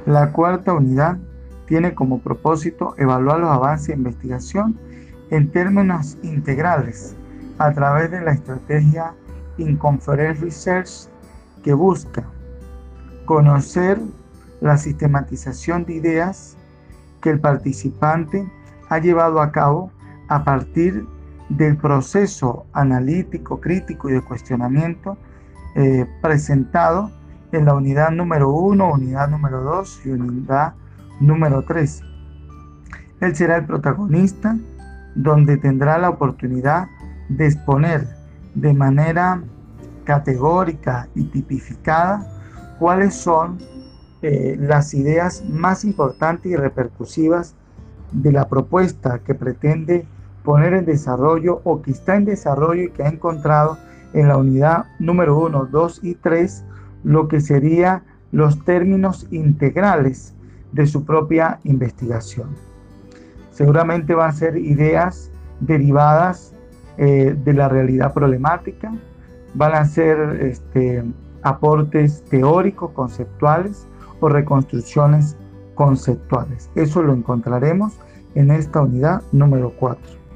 La cuarta unidad tiene como propósito evaluar los avances de investigación en términos integrales a través de la estrategia Inconference Research, que busca conocer la sistematización de ideas que el participante ha llevado a cabo a partir del proceso analítico, crítico y de cuestionamiento presentado en la unidad número 1, unidad número 2 y unidad número 3. Él será el protagonista, donde tendrá la oportunidad de exponer de manera categórica y tipificada cuáles son las ideas más importantes y repercusivas de la propuesta que pretende poner en desarrollo o que está en desarrollo y que ha encontrado en la unidad número 1, 2 y 3 lo que serían los términos integrales de su propia investigación. Seguramente van a ser ideas derivadas de la realidad problemática, van a ser aportes teóricos, conceptuales o reconstrucciones conceptuales. Eso lo encontraremos en esta unidad número 4.